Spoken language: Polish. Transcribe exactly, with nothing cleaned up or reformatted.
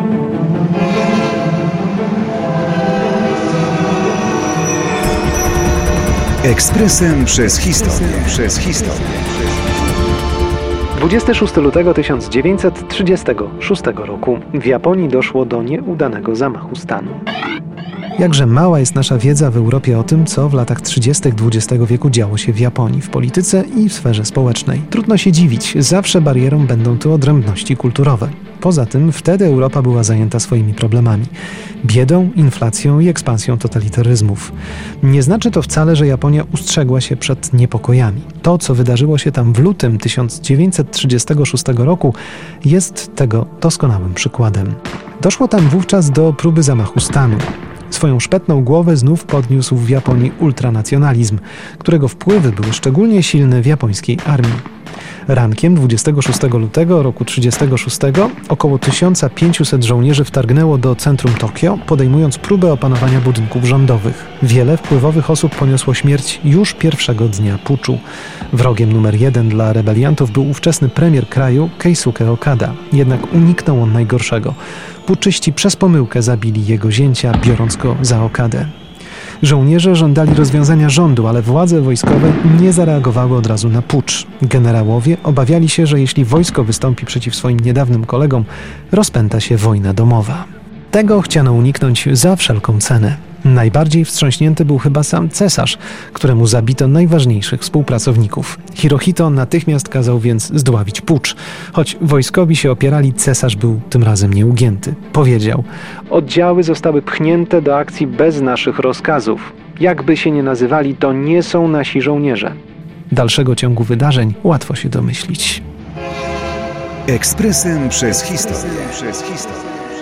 Ekspresem przez historię. Przez historię. dwudziestego szóstego lutego tysiąc dziewięćset trzydziestego szóstego roku w Japonii doszło do nieudanego zamachu stanu. Jakże mała jest nasza wiedza w Europie o tym, co w latach trzydziestych dwudziestego wieku działo się w Japonii, w polityce i w sferze społecznej. Trudno się dziwić, zawsze barierą będą tu odrębności kulturowe. Poza tym wtedy Europa była zajęta swoimi problemami. Biedą, inflacją i ekspansją totalitaryzmów. Nie znaczy to wcale, że Japonia ustrzegła się przed niepokojami. To, co wydarzyło się tam w lutym tysiąc dziewięćset trzydziestego szóstego roku, jest tego doskonałym przykładem. Doszło tam wówczas do próby zamachu stanu. Swoją szpetną głowę znów podniósł w Japonii ultranacjonalizm, którego wpływy były szczególnie silne w japońskiej armii. Rankiem dwudziestego szóstego lutego roku trzydziestego szóstego około tysiąc pięćset żołnierzy wtargnęło do centrum Tokio, podejmując próbę opanowania budynków rządowych. Wiele wpływowych osób poniosło śmierć już pierwszego dnia puczu. Wrogiem numer jeden dla rebeliantów był ówczesny premier kraju Keisuke Okada. Jednak uniknął on najgorszego. Puczyści przez pomyłkę zabili jego zięcia, biorąc go za Okadę. Żołnierze żądali rozwiązania rządu, ale władze wojskowe nie zareagowały od razu na pucz. Generałowie obawiali się, że jeśli wojsko wystąpi przeciw swoim niedawnym kolegom, rozpęta się wojna domowa. Tego chciano uniknąć za wszelką cenę. Najbardziej wstrząśnięty był chyba sam cesarz, któremu zabito najważniejszych współpracowników. Hirohito natychmiast kazał więc zdławić pucz. Choć wojskowi się opierali, cesarz był tym razem nieugięty. Powiedział: oddziały zostały pchnięte do akcji bez naszych rozkazów. Jakby się nie nazywali, to nie są nasi żołnierze. Dalszego ciągu wydarzeń łatwo się domyślić. Ekspresem przez historię. Przez historię.